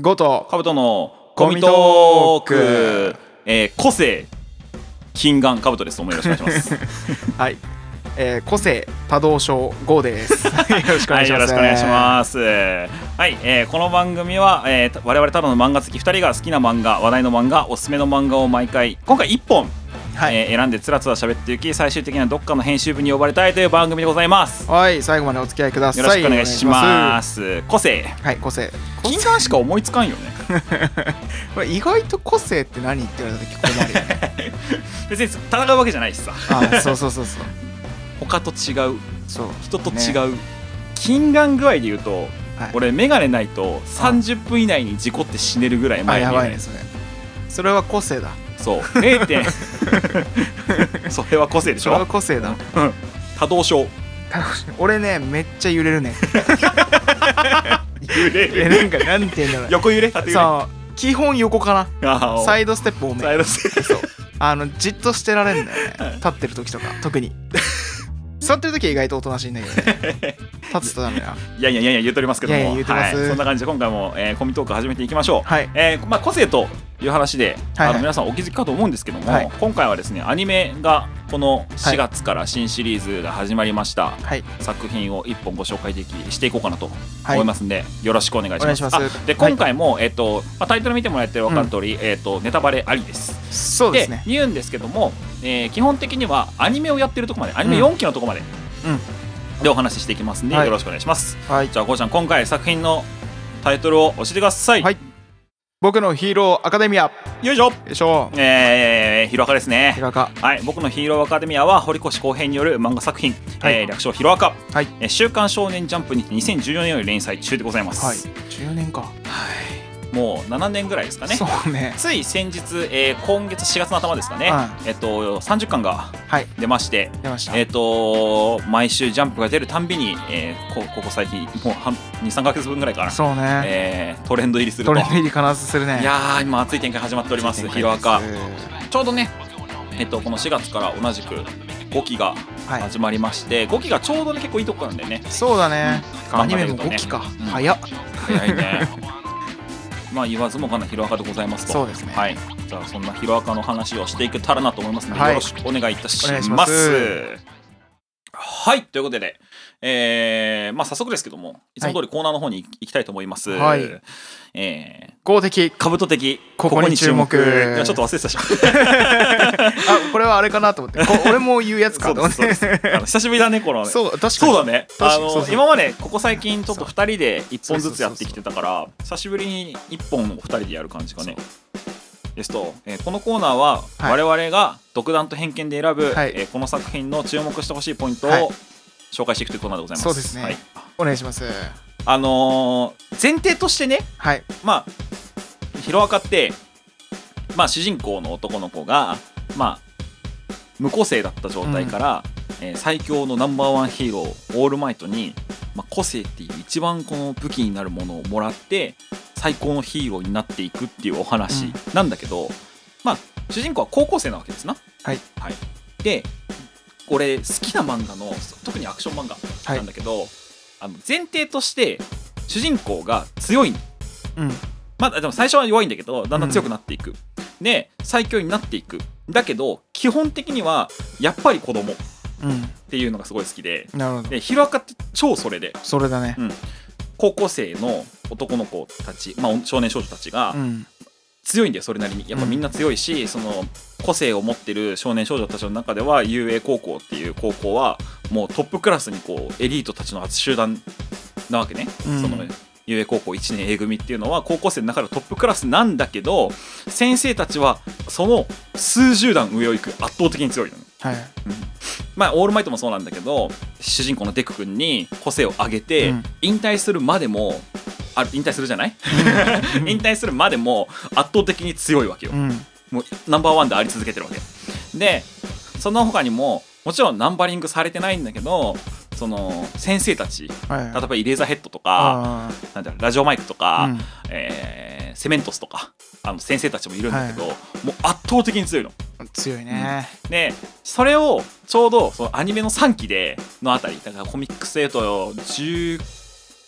ゴとカブトのコミトーク、個性金眼カブトです。どうもよろしくお願いしますはい、個性多動症ゴですよろしくお願いします、 はい、よろしくお願いします。はい、この番組は、我々ただの漫画好き2人が好きな漫画、話題の漫画、おすすめの漫画を今回1本、はい選んでつらつら喋っていき、最終的にはどっかの編集部に呼ばれたいという番組でございます。 はい、最後までお付き合いください。 よろしくお願いします。個性、 はい、個性金眼しか思いつかんよねこれ意外と個性って何って言われた時困るよね別に戦うわけじゃないしさそう他と違う、 そう人と違う、 ね、 金眼具合で言うと、はい、俺メガネないと30分以内に事故って死ねるぐらい前に、ね、 やばいねそれは個性だ。 そう0点それは個性でしょ。 それは個性だ、うん、 多動症。 俺ねめっちゃ揺れるね揺れるなんて言うんだろう、 横揺れ縦揺れ。 そう基本横かな。サイドステップ多め。 サイドステップ。 そうじっとしてられるんだよね立ってる時とか特に座ってる時は意外とおとなしいんだけどね立つとダメだ。 いや言うとりますけども、 言うてます、 はい、そんな感じで今回も、コミトーク始めていきましょう。 はい、 個性という話で、 はい皆さんお気づきかと思うんですけども、 はい、 今回はですねアニメがこの4月から新シリーズが始まりました、はい、作品を1本ご紹介していこうかなと思いますんで、はい、よろしくお願いします。で今回も、タイトル見てもらえて分かる通り、ネタバレありです。 そうですね。 で言うんですけども、基本的にはアニメをやってるとこまで、アニメ4期のとこまで、でお話ししていきますんで、よろしくお願いします。はい、じゃあこうちゃん今回作品のタイトルを教えてください。 はい、僕のヒーローアカデミア。 よいしょ。 ヒロアカですね。 ヒロアカ。 はい、僕のヒーローアカデミアは堀越康平による漫画作品、略称ヒロアカ、はい、週刊少年ジャンプにて2014年より連載中でございます。 はい、14年か。はい、 もう7年ぐらいですかね。 そうね。 つい先日、今月4月の頭ですかね、30巻が出まして、毎週ジャンプが出るたんびに、ここ最近もう 2,3 ヶ月分ぐらいかな。そうね、トレンド入りすると。 トレンド入り必ずするね。 いやー今熱い展開始まっております。ヒロアカちょうどね、この4月から同じく5期が始まりまして、5期がちょうどね結構いいとこなんでね。 そうだね、アニメも5期か、早いねまあ言わずもがなヒロアカでございますと。 そうですね。 はい。じゃあそんなヒロアカの話をしていけたらなと思いますので、よろしくお願いいたします。はい、ということで、早速ですけども、いつも通りコーナーの方に行きたいと思います。はい。 公的、 兜的、 ここに注目。 ちょっと忘れてたしこれはあれかなと思って、俺も言うやつかと思って。 久しぶりだね、この。 そう、確かに。 そうだね。今までここ最近ちょっと2人で1本ずつやってきてたから、久しぶりに1本を2人でやる感じかね。ですと、このコーナーは我々が独断と偏見で選ぶ、この作品の注目してほしいポイントを紹介していくというコーナーでございます。 そうですね。はい、お願いします。 前提としてね、はい、まあヒロアカって、まあ、主人公の男の子が、まあ、無個性だった状態から、最強のナンバーワンヒーローオールマイトに、まあ、個性っていう一番この武器になるものをもらって最高のヒーローになっていくっていうお話なんだけど、まあ主人公は高校生なわけですな。はい、はい、で俺好きな漫画の特にアクション漫画なんだけど、前提として主人公が強い、まあでも最初は弱いんだけどだんだん強くなっていく、で最強になっていく。だけど基本的にはやっぱり子供っていうのがすごい好きで、でヒロアカって超それで、 それだね、 高校生の男の子たち、まあ、少年少女たちが強いんだよ。それなりにやっぱみんな強いし、その個性を持ってる少年少女たちの中では遊泳高校っていう高校はもうトップクラスにこうエリートたちの集団なわけね。その遊泳高校1年 A 組っていうのは高校生の中でトップクラスなんだけど、先生たちはその数十段上を行く圧倒的に強いの。はい、まあオールマイトもそうなんだけど、主人公のデク君に個性を上げて、引退するまでも引退するじゃない、引退するまでも圧倒的に強いわけよ、もうナンバーワンであり続けてるわけで、その他にももちろんナンバリングされてないんだけど、その先生たち、例えばイレーザーヘッドとかなんだラジオマイクとか、セメントスとか先生たちもいるんだけど、もう圧倒的に強いの。 強いね、 でそれをちょうどそのアニメの3期でのあたりだからコミックスでいうと17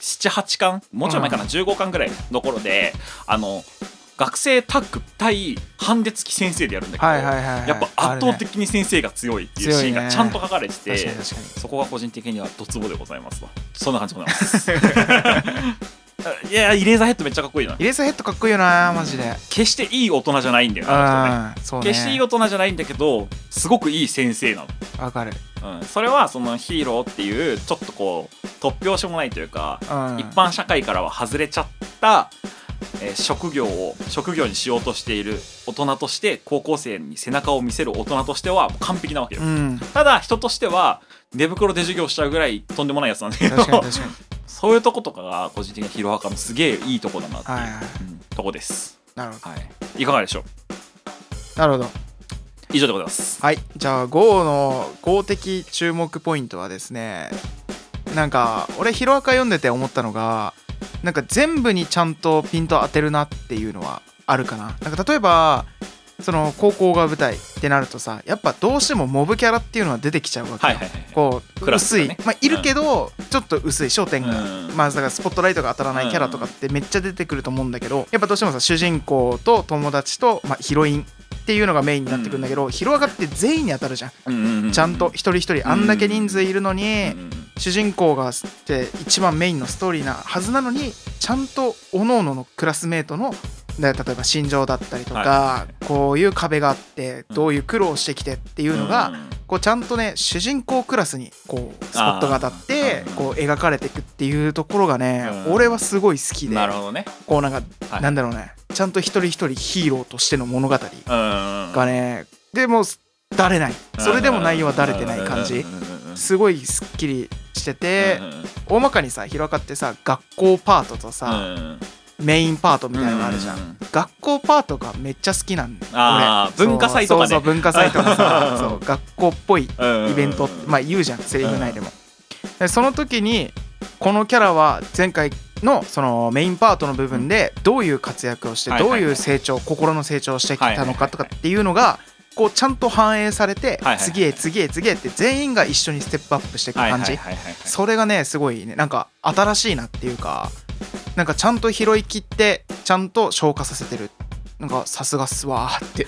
7,8巻もうちょい前かな、15巻ぐらいの頃で学生タッグ対ハンデ付き先生でやるんだけど、やっぱ圧倒的に先生が強いっていうシーンがちゃんと書かれてて、そこが個人的にはドツボでございますと。そんな感じでございますいやイレーザーヘッドめっちゃかっこいいな。 イレーザーヘッドかっこいいよなマジで。 決していい大人じゃないんだよな、 そうね、 決していい大人じゃないんだけどすごくいい先生なの。 わかる、 それはそのヒーローっていうちょっとこう突拍子もないというか、一般社会からは外れちゃった職業にしようとしている大人として、高校生に背中を見せる大人としては完璧なわけよ、ただ人としては寝袋で授業しちゃうぐらいとんでもないやつなんだけど、そういうとことかが個人的にヒロアカのすげえいいとこだなっていう、とこです。 なるほど、 いかがでしょう。 なるほど、 以上でございます。 はい、じゃあ GO の GO 的注目ポイントはですね、なんか俺ヒロアカ読んでて思ったのが、なんか全部にちゃんとピント当てるなっていうのはあるかな。なんか例えばその高校が舞台ってなるとさ、やっぱどうしてもモブキャラっていうのは出てきちゃうわけよ、こう薄い、いるけどちょっと薄い焦点が、だからスポットライトが当たらないキャラとかってめっちゃ出てくると思うんだけど、やっぱどうしてもさ主人公と友達と、ヒロインっていうのがメインになってくるんだけど、ヒロアカって全員に当たるじゃん、ちゃんと一人一人あんだけ人数いるのに、主人公がって一番メインのストーリーなはずなのに、ちゃんと各々のクラスメートの例えば心情だったりとか、こういう壁があってどういう苦労をしてきてっていうのが、こうちゃんとね主人公クラスにこうスポットが当たってこう描かれていくっていうところがね、俺はすごい好きで、こうなんかなんだろうね、ちゃんと一人一人ヒーローとしての物語がね、でもだれない、それでも内容はだれてない感じ、すごいすっきりしてて、大まかにさヒロアカってさ学校パートとさメインパートみたいなのがあるじゃん、学校パートがめっちゃ好きなんだよ俺。 文化祭とかね、 そう文化祭とかさそう学校っぽいイベント言うじゃんセリフ内でも、でその時にこのキャラは前回のそのメインパートの部分でどういう活躍をしてどういう成長、心の成長をしてきたのかとかっていうのがこうちゃんと反映されて、次へ次へ次へって全員が一緒にステップアップしていく感じ、それがねすごいね、なんか新しいなっていうか、なんかちゃんと拾い切ってちゃんと消化させてる、なんかさすがっすわーって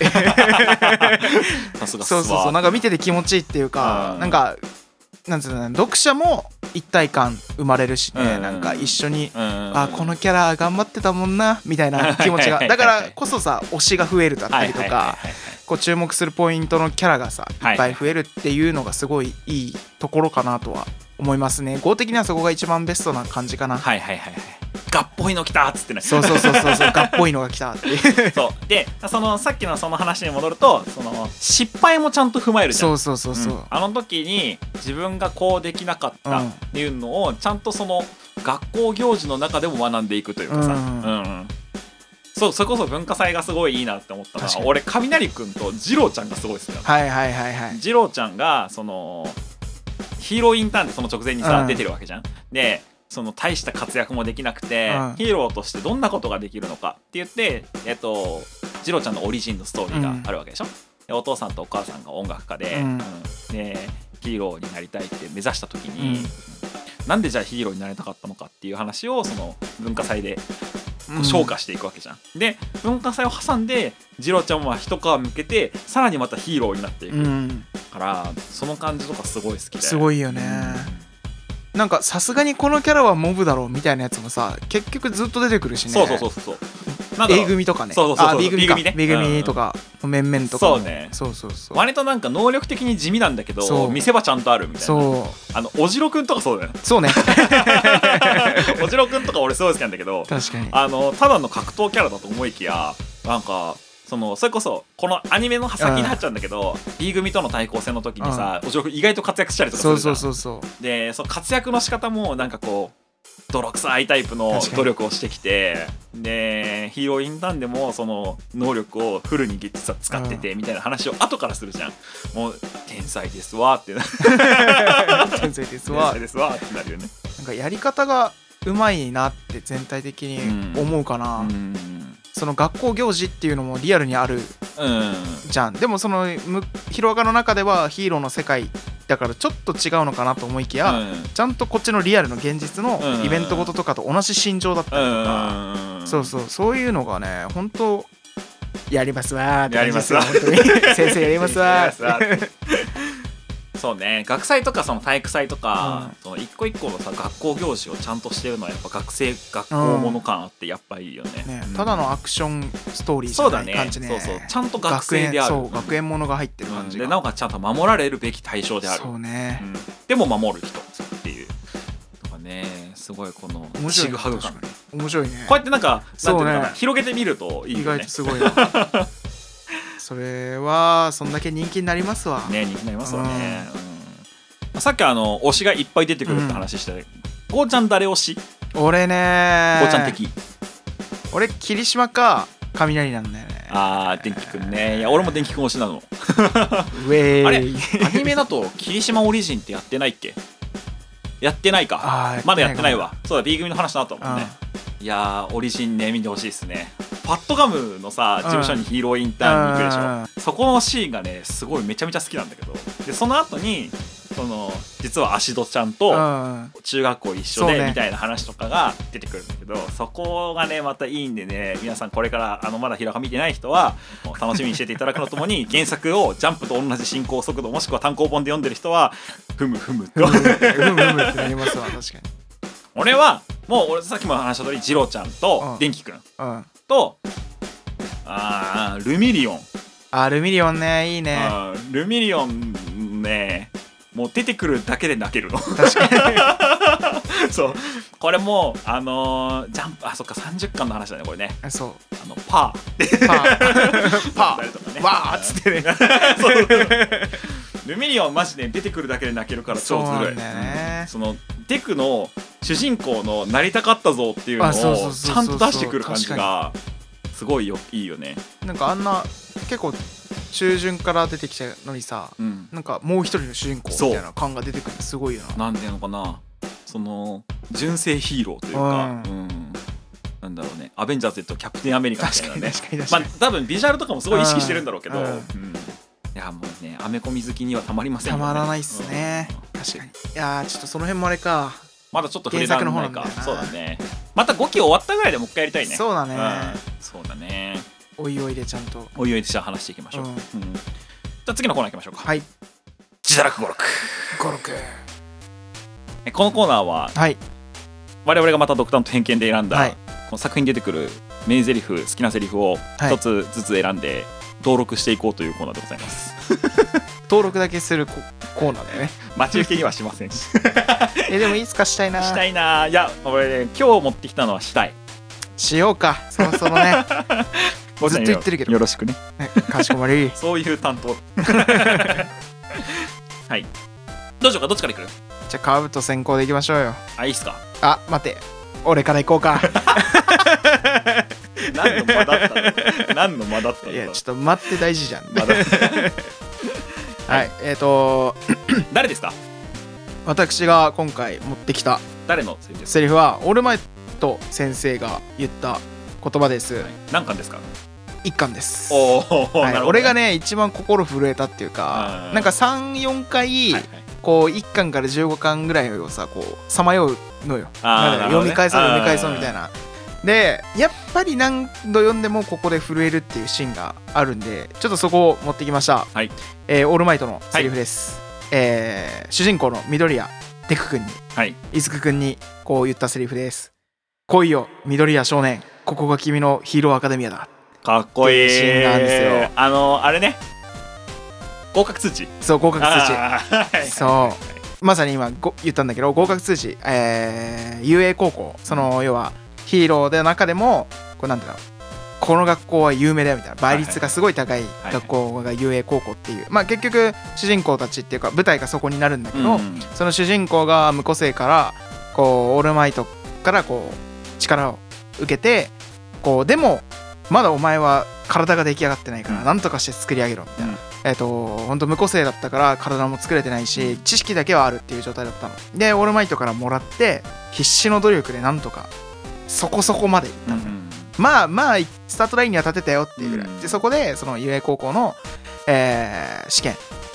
そうなんか見てて気持ちいいっていうか、なんかなんつうの、読者も一体感生まれるしね、なんか一緒に、あこのキャラ頑張ってたもんなみたいな気持ちが、だからこそさ推しが増えるだったりとか、こう注目するポイントのキャラがさいっぱい増えるっていうのがすごいいいところかなとは思いますね。GO的にはそこが一番ベストな感じかな。 がっぽいの来たっつってね、 そうがっぽいのが来たっていうそうで、そのさっきのその話に戻ると、その失敗もちゃんと踏まえるじゃん。 そう、 あの時に自分がこうできなかったっていうのをちゃんとその学校行事の中でも学んでいくというかさ、そう、それこそ文化祭がすごいいいなって思ったのは、俺雷くんと二郎ちゃんがすごい好きなの。二郎ちゃんがそのヒーローインターンでその直前にさ、出てるわけじゃん。でその大した活躍もできなくて、ヒーローとしてどんなことができるのかって言って、次郎ちゃんのオリジンのストーリーがあるわけでしょ、でお父さんとお母さんが音楽家で、でヒーローになりたいって目指した時に、なんでじゃあヒーローになれなかったのかっていう話をその文化祭で昇華していくわけじゃん。で文化祭を挟んで次郎ちゃんは一皮向けてさらにまたヒーローになっていく、から、その感じとかすごい好きで。 すごいよね、なんかさすがにこのキャラはモブだろうみたいなやつもさ結局ずっと出てくるしね。 そう A 組とかね、B 組か B 組とか面々とかそうね、割となんか能力的に地味なんだけど見せ場ちゃんとあるみたいな。おじろくんとかそうだよね。 そうねおじろくんとか俺すごい好きなんだけど、 確かにただの格闘キャラだと思いきや、なんかそれこそこのアニメの先になっちゃうんだけど、B 組との対抗戦の時にさ、おじろくん意外と活躍したりとかするじゃん。でその活躍の仕方もなんかこう泥臭いタイプの努力をしてきて、でヒーローインターンでもその能力をフルに実は使っててみたいな話を後からするじゃん。もう天才ですわって天才ですわってなるよね。 なんかやり方がうまいなって全体的に思うかな。その学校行事っていうのもリアルにあるじゃん。でもそのヒロアカの中ではヒーローの世界だからちょっと違うのかなと思いきや、ちゃんとこっちのリアルの現実のイベントごととかと同じ心情だったりとか、そういうのがね本当やりますわーって感じですよ。本当に先生やりますわーそうね、学祭とかその体育祭とか、その一個一個のさ学校行事をちゃんとしてるのはやっぱ学校もの感あってやっぱいいよね。 ただのアクションストーリーじゃない感じね。 そうちゃんと学生である、 学園ものが入ってる感じが、 でなおかつちゃんと守られるべき対象である。 そうね、 でも守る人っていうとかね、すごいこのちぐはぐ感面白いね。 こうやってなんかそうね、広げてみるといいよね。 意外とすごいなそれはそんだけ人気になりますわね。人気になりますわね。さっき推しがいっぱい出てくるって話してこうちゃん誰推し？ 俺ねこうちゃん的。 俺霧島か雷なんだよね。 電気くんね。いや俺も電気くん推しなのウェーあれアニメだと霧島オリジンってやってないっけ？やってないか。まだやってないわ。そうだ B 組の話だったもんね。いやオリジンね見てほしいですね。パッドガムのさ事務所にヒーローインターンに行くでしょ。そこのシーンがねすごいめちゃめちゃ好きなんだけど、でその後に実はアシドちゃんと中学校一緒でみたいな話とかが出てくるんだけど、そこがねまたいいんでね、皆さんこれからまだヒロアカ見てない人は楽しみにしてていただくのともに原作をジャンプと同じ進行速度もしくは単行本で読んでる人はふむふむとふむってなりますわ。確かに俺はもうさっきも話した通りジローちゃんと電気くんとルミリオン。 ルミリオンね、いいね。 ルミリオンねもう出てくるだけで泣けるの。 確かにそうこれもジャンプそっか30巻の話だねこれね。 そうパーわーっつってねルミリオンマジで出てくるだけで泣けるから超ずるい。そのデクの主人公のなりたかったぞっていうのをちゃんと出してくる感じがすごいいいよね。 なんかあんな結構中旬から出てきたのにさ、なんかもう一人の主人公みたいな感が出てくるのすごいよな。 なんていうのかな、その純正ヒーローというか、なんだろうね、アベンジャーズとキャプテンアメリカみたいなね。まあ多分ビジュアルとかもすごい意識してるんだろうけど、いやもうねアメコミ好きにはたまりませんよね。 たまらないっすね。確かに。いやちょっとその辺もあれか。 まだちょっと触れられないか。そうだね。また5期終わったぐらいでもう一回やりたいね。 そうだね。 そうだね。 おいおいでちゃんと。 おいおいでじゃあ話していきましょう。じゃあ次のコーナー行きましょうか。 はい。 自堕落語録。このコーナーは、我々がまた独断と偏見で選んだ、この作品に出てくる名台詞、好きな台詞を一つずつ選んで登録していこうというコーナーでございます。 登録だけするコーナーだよね。 待ち受けにはしませんし。 でもいつかしたいな。 したいな。いや俺ね今日持ってきたのはしたい。 しようか。そろそろね。ずっと言ってるけど。 よろしくね。 かしこまり。 そういう担当。はい。どうしようか、どっちから行く？ じゃあカブト先行でいきましょうよ。 いいっすか。 待て、俺から行こうか。 何の間だったの？何の間だったの？ いやちょっと待って大事じゃん。はい、 誰ですか？ 私が今回持ってきた誰のセリフはオールマイト先生が言った言葉です。 何巻ですか ？1巻です。俺がね一番心震えたっていうか、なんか 3,4 回こう1巻から15巻ぐらいをさこうさまようのよ。読み返そうみたいな。でやっぱり何度読んでもここで震えるっていうシーンがあるんでちょっとそこを持ってきました。オールマイトのセリフです。主人公の緑谷デク君にイズク君にこう言ったセリフです。来いよ緑谷少年、ここが君のヒーローアカデミアだ。 かっこいいシーンなんですよ。 あれね、合格通知。 そう合格通知。そうまさに今言ったんだけど合格通知、UA 高校、その要はヒーローの中でもこうなんだろう、この学校は有名だよみたいな、倍率がすごい高い学校が UA 高校っていう、まあ結局主人公たちっていうか舞台がそこになるんだけど、その主人公が無個性からこうオールマイトからこう力を受けて、こうでもまだお前は体が出来上がってないからなんとかして作り上げろみたいな、本当無個性だったから体も作れてないし知識だけはあるっていう状態だったので、オールマイトからもらって必死の努力でなんとかそこそこまでいったの、まあスタートラインには立てたよっていうぐらいで、そこでその UA 高校の、試験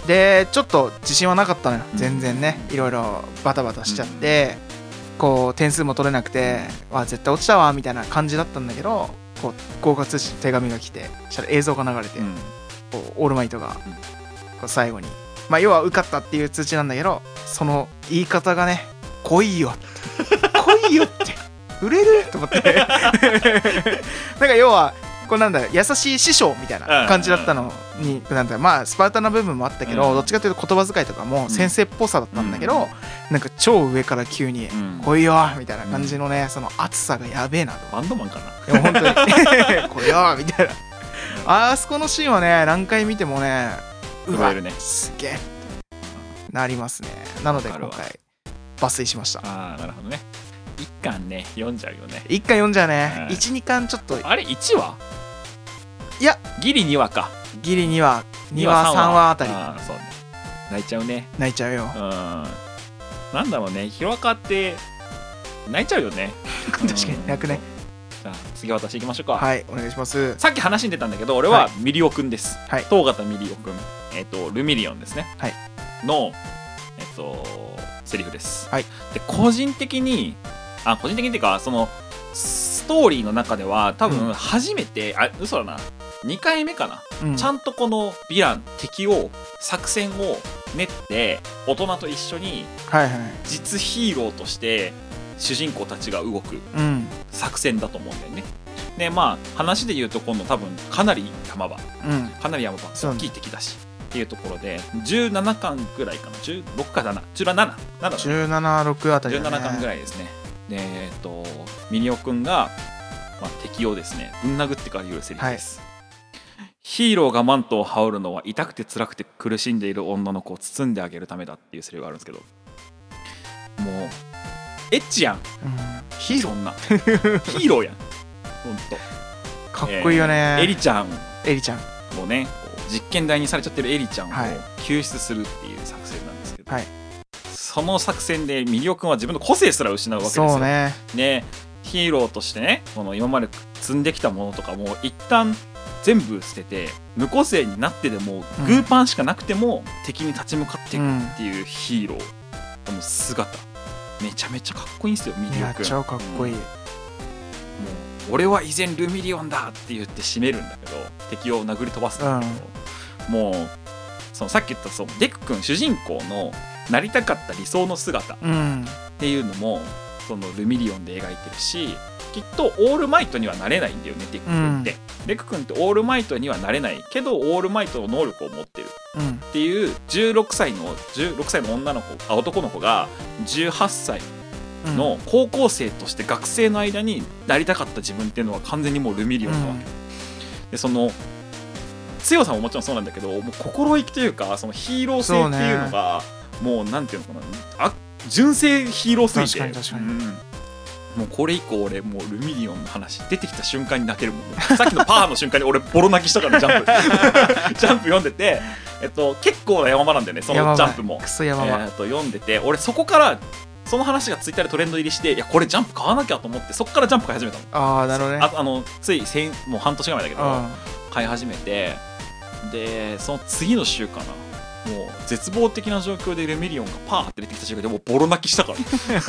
でちょっと自信はなかったのよ全然ね。いろいろバタバタしちゃって、こう点数も取れなくて絶対落ちたわみたいな感じだったんだけど、こう合格通知の手紙が来て、そしたら映像が流れて、こうオールマイトがこう最後に、要は受かったっていう通知なんだけど、その言い方がね、来いよ来いよって売れると思ってなんか要はこれなんだ優しい師匠みたいな感じだったのに、なんだスパルタな部分もあったけど、どっちかというと言葉遣いとかも先生っぽさだったんだけど、なんか超上から急に来いよみたいな感じのね、その熱さがやべえなと。 バンドマンかな。 でも本当に来いよみたいな、あそこのシーンはね何回見てもね、うわすげえなりますね。なので今回抜粋しました。 ああ、なるほどね。一巻ね読んじゃうよね。 一巻読んじゃうね。1,2巻ちょっと、 あれ1話？ いやギリ2話か。 ギリ2話3話あたり。 ああそうね。泣いちゃうね。 泣いちゃうよ。 なんだろうね、ヒロアカって泣いちゃうよね。 確かに泣くね。 じゃあ次私行きましょうか。 はい、お願いします。 さっき話に出たんだけど、俺はミリオくんです。 はい、 東方ミリオくん、ルミリオンですね。 はい、 のセリフです。 はい、 で個人的にっていうか、そのストーリーの中では多分初めて、嘘だな、2回目かな、ちゃんとこのヴィラン敵を作戦を練って大人と一緒に実ヒーローとして主人公たちが動く作戦だと思うんだよね。で話で言うと今度多分かなり山場、大きい敵だしっていうところで17巻ぐらいかな、16か17 あたりだね。 17巻ぐらいですね。でミニオくんが、敵をですねぶん殴ってから言うセリフです。ヒーローがマントを羽織るのは痛くて辛くて苦しんでいる女の子を包んであげるためだっていうセリフがあるんですけど、もうエッチやん、 ヒーローそんなヒーローやんほんとかっこいいよね。 エリちゃんもうね、実験台にされちゃってるエリちゃんを救出するっていう作戦なんですけど、その作戦でミリオくんは自分の個性すら失うわけですよ。 そうね。 でヒーローとしてね、この今まで積んできたものとかも一旦全部捨てて無個性になってでも、グーパンしかなくても敵に立ち向かっていくっていうヒーローの姿、めちゃめちゃかっこいいんですよミリオくん。 超かっこいい。 もう俺は依然ルミリオンだって言って締めるんだけど、敵を殴り飛ばすんだけど、もうそのさっき言ったそのデク君主人公のなりたかった理想の姿っていうのも、そのルミリオンで描いてるし、きっとオールマイトにはなれないんだよねデク君って、デク君ってオールマイトにはなれないけどオールマイトの能力を持ってるっていう16歳の女の子男の子が18歳の高校生として学生の間になりたかった自分っていうのは完全にもうルミリオンなわけ、でその強さももちろんそうなんだけど、もう心意気というかそのヒーロー性っていうのがもうなんていうのかな、純正ヒーローすぎて、もうこれ以降俺もうルミリオンの話出てきた瞬間に泣けるもん、さっきのパーの瞬間に俺ボロ泣きしたからねジャンプジャンプ読んでて、結構な山場なんだよねそのジャンプも。読んでて俺そこからその話がツイッターでトレンド入りして、いやこれジャンプ買わなきゃと思ってそこからジャンプ買い始めたの。 なるほどね。 ついもう半年前だけど買い始めて、でその次の週かな、もう絶望的な状況でルミリオンがパーって出てきた瞬間でもうボロ泣きしたから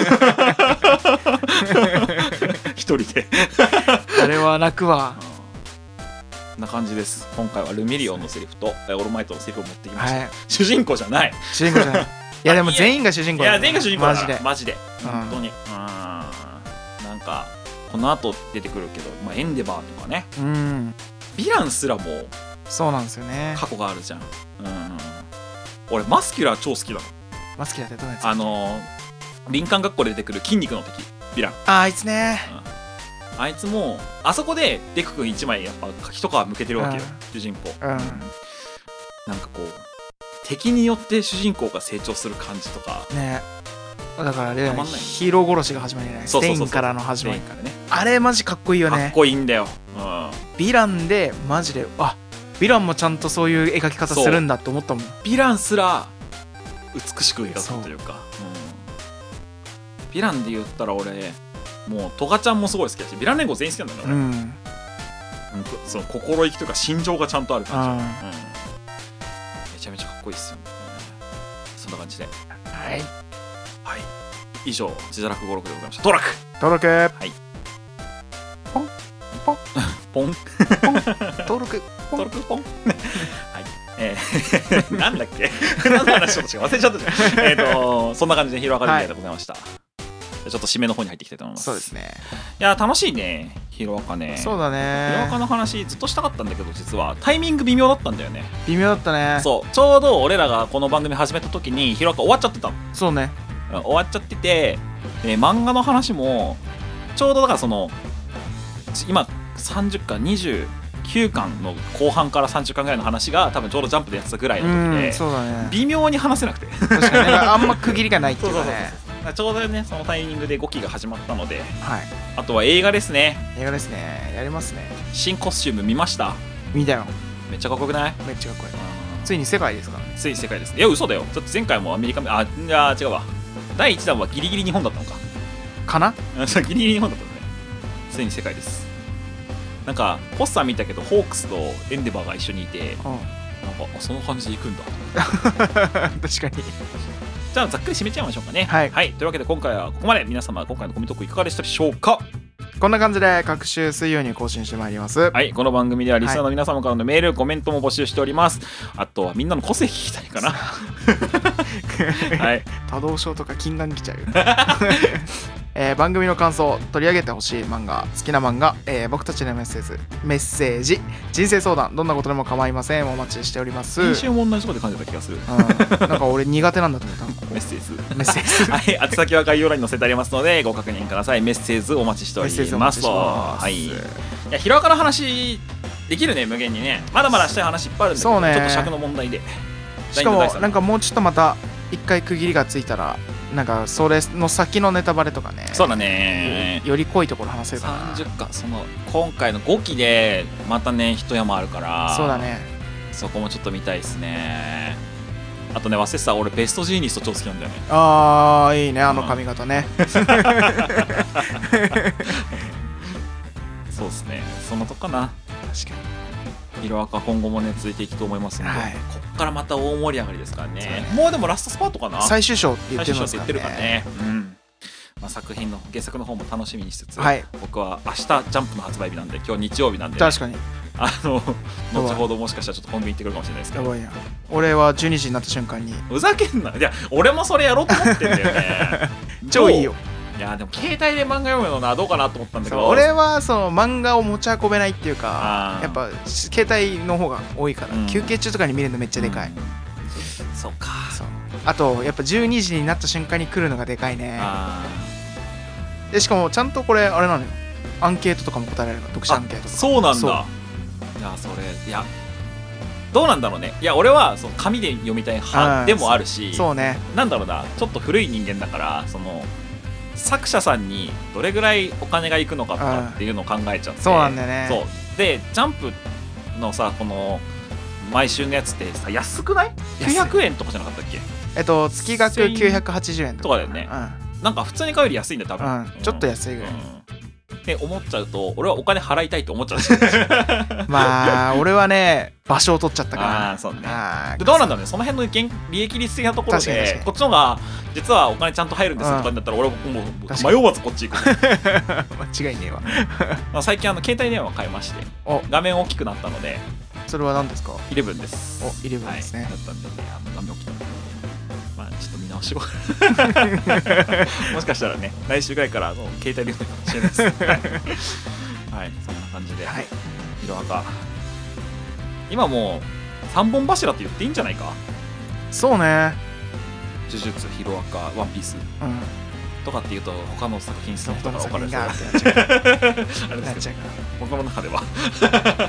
一人であれは泣くわ。 な感じです。今回はルミリオンのセリフとオールマイトのセリフを持ってきました、主人公じゃない。 いやでも全員が主人公だ、 いや全員が主人公だマジで本当に。なんかこの後出てくるけど、エンデバーとかね、ヴィランすらもそうなんですよね、 過去があるじゃん。俺マスキュラー超好きなの。 マスキュラーってどうやつ？ 林間学校で出てくる筋肉の敵ヴィラン。 あいつね、 あいつもあそこでデク君一枚やっぱ一皮むけてるわけよ、主人公。なんかこう敵によって主人公が成長する感じとかね。 だからあれだよね、ヒーロー殺しが始まりない、ステインからの始まりからね。あれマジかっこいいよね。 かっこいいんだよ。 ヴィランでマジでヴィランもちゃんとそういう描き方するんだって思ったもん。 ヴィランすら美しく描くというか、ヴィランで言ったら俺もうトガちゃんもすごい好きだし、ヴィラン連合全員好きなんだよね、その心意気というか心情がちゃんとある感じ、めちゃめちゃかっこいいっすよね。そんな感じで、 はいはい、以上自堕落語録でございました。登録はい、ポンポンポンポン登録ポンはい、なんだっけ何の話をしか忘れちゃったじゃんそんな感じでヒロアカデミアでございました、ちょっと締めの方に入っていきたいと思います。 そうですね。 いや楽しいねヒロアカね。 そうだね。 ヒロアカの話ずっとしたかったんだけど、実はタイミング微妙だったんだよね。 微妙だったね。 そうちょうど俺らがこの番組始めた時にヒロアカ終わっちゃってたの。 そうね、 終わっちゃってて、漫画の話もちょうどだからその今30巻29巻の後半から30巻ぐらいの話が多分ちょうどジャンプでやってたぐらいの時で、 そうだね、 微妙に話せなくて確かに、ね、あんま区切りがないっていうかねちょうどねそのタイミングで5期が始まったので、 はい、 あとは映画ですね。 映画ですね、やりますね。 新コスチューム見ました？ 見たよ。 めっちゃかっこよくない？ めっちゃかっこいい。ついに世界ですからね。 ついに世界です。いや嘘だよ。だって前回もアメリカ、いや違うわ、第1弾はギリギリ日本だったのかかなギリギリ日本だったのね。ついに世界です。なんかポスター見たけどホークスとエンデバーが一緒にいて、なんかその感じで行くんだ確かに。 じゃあざっくり締めちゃいましょうかね。 はい、 というわけで今回はここまで。皆様今回のコミトークいかがでしたでしょうか？ こんな感じで各週水曜に更新してまいります。 はい、この番組ではリスナーの皆様からのメール、コメントも募集しております。あとはみんなの個性聞きたいかなはい、 多動症とか禁断来ちゃうよ番組の感想、取り上げてほしい漫画、好きな漫画、僕たちのメッセージ、人生相談、どんなことでも構いません。お待ちしております。 先週も同じことで感じた気がする。 なんか俺苦手なんだと思ったメッセージはい、宛先は概要欄に載せてありますのでご確認ください。メッセージお待ちしております。はい、いやヒロアカの話できるね、無限にね。まだまだしたい話いっぱいあるんだけど、 そうね、 ちょっと尺の問題で。 しかもなんかもうちょっとまた一回区切りがついたら、なんかそれの先のネタバレとかね。 そうだね、 より濃いところ話せるかな。 30巻、その今回の5期でまたね一山あるから、 そうだね、 そこもちょっと見たいですね。あとね、忘れてた、俺ベストジーニスト超好きなんだよね。 あーいいね、あの髪型ねそうですね、そんなとこかな。 確かにヒロアカ今後もね続いていくと思いますので、 はい、 こっからまた大盛り上がりですからね。もうでもラストスパートかな、 最終章って言ってますからね。作品の原作の方も楽しみにしつつ、 はい、 僕は明日ジャンプの発売日なんで、今日日曜日なんで、 確かに後ほどもしかしたらちょっとコンビニ行ってくるかもしれないですけど、 やばいや、俺は12時になった瞬間にふざけんな。いや俺もそれやろうと思ってんだよね超いいよ。 いやでも携帯で漫画読むのなどうかなと思ったんだけど、 俺はその漫画を持ち運べないっていうか、やっぱ携帯の方が多いから、休憩中とかに見れるのめっちゃでかい。 そうか。そう、 あとやっぱ12時になった瞬間に来るのがでかいね。でしかもちゃんとこれあれなのよ、アンケートとかも答えられるの、読者アンケートとか。 そうなんだ。いやそれ、いやどうなんだろうね。いや俺はその紙で読みたい派でもあるし、 そうね、 なんだろうな、ちょっと古い人間だから、その作者さんにどれぐらいお金がいくのかとかっていうのを考えちゃって、 そうなんだよね。 そうでジャンプのさ、この毎週のやつってさ、安くない？900円とかじゃなかったっけ？ 月額980円とかだよね。なんか普通に買うより安いんだよ多分、 ちょっと安いぐらい、 って思っちゃうと、俺はお金払いたいと思っちゃうしまあ俺はね場所を取っちゃったから。 そうね。でどうなんだろうね、その辺の利益率的なところでこっちの方が実はお金ちゃんと入るんですとかだったら、俺はもう迷わずこっち行く間違いねえわ最近携帯電話買いまして、画面大きくなったので。 それは何ですか ？11です。 11ですね。 だったんで、画面大きくなった。まあちょっと見直しをもしかしたらね、来週ぐらいから携帯で読むかもしれないですはい、そんな感じで、ヒロアカ今もう3本柱って言っていいんじゃないか。 そうね、 呪術、ヒロアカ、ワンピース、とかっていうと他の作品の人が分かるんですけど、あれですけど、僕の中では僕の中ではあります。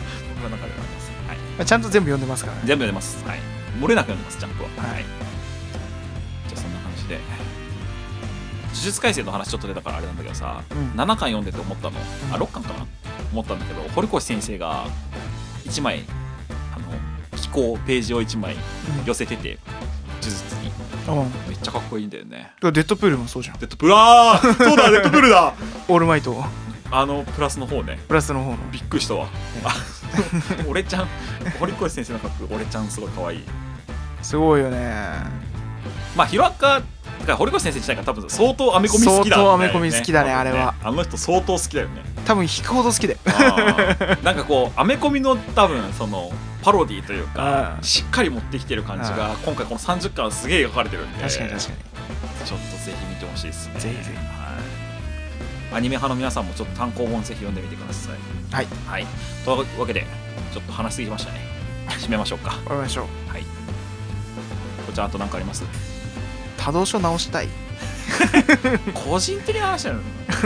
ちゃんと全部読んでますからね。 全部読んでます。はい、漏れなく読んでます、ジャンプは。はい。じゃあそんな感じで、呪術廻戦の話ちょっと出たからあれなんだけどさ、7巻読んでて思ったの、6巻かな、思ったんだけど、堀越先生が1枚ページを1枚寄せてて、呪術にめっちゃかっこいいんだよね。 デッドプールもそうじゃん。 デッドプール、そうだ、デッドプールだオールマイト、 プラスの方ね。 プラスの方のびっくりしたわ。俺ちゃん、堀越先生の書く俺ちゃんすごい可愛い。 すごいよね。 まあヒロアカ堀越先生自体が多分相当アメコミ好きだ、ね、 相当アメコミ好きだね、あれは。 あの人相当好きだよね。 多分引くほど好きだよ。 なんかこうアメコミの多分そのパロディというかしっかり持ってきてる感じが今回この30巻すげえ描かれてるんで、 確かに確かにちょっとぜひ見てほしいですね。 ぜひぜひ、 アニメ派の皆さんもちょっと単行本ぜひ読んでみてください。 はい、 はい、というわけでちょっと話しすぎましたね。締めましょうか。 終わりましょう。 はい、こちらあと何かあります？ 多動症直したい。 個人的な話なの。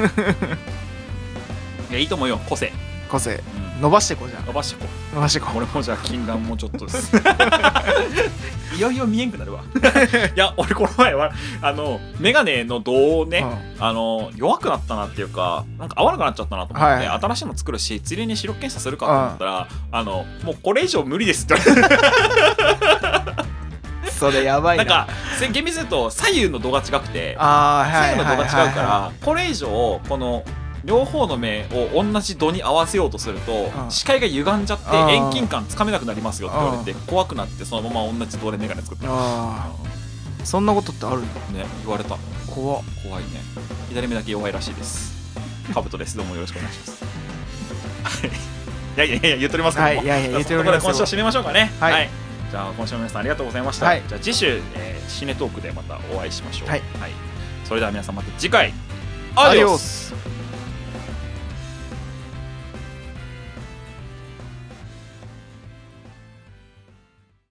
いやいいと思うよ。個性伸ばしていこう。じゃあ伸ばしていこう。俺もじゃあ禁断もうちょっとですいよいよ見えんくなるわ。いや俺この前はメガネの度をね、弱くなったなっていうかなんか合わなくなっちゃったなと思って、新しいの作るしついでに視力検査するかと思ったらもうこれ以上無理ですって言われて。 それやばいな。 なんか厳密に言うと左右の度が違くて、 左右の度が違うからこれ以上この両方の目を同じ度に合わせようとすると視界が歪んじゃって遠近感つかめなくなりますよって言われて怖くなってそのまま同じ度でメガネ作った。 そんなことってあるんだね。言われた。怖いね。左目だけ弱いらしいです。カブトです。どうもよろしくお願いします。いや言っとりますけども、 言っております。 今週は締めましょうかね。 はい、 じゃあ今週も皆さんありがとうございました。じゃあ次週、シネトークでまたお会いしましょう。それでは皆さんまた次回アディオス。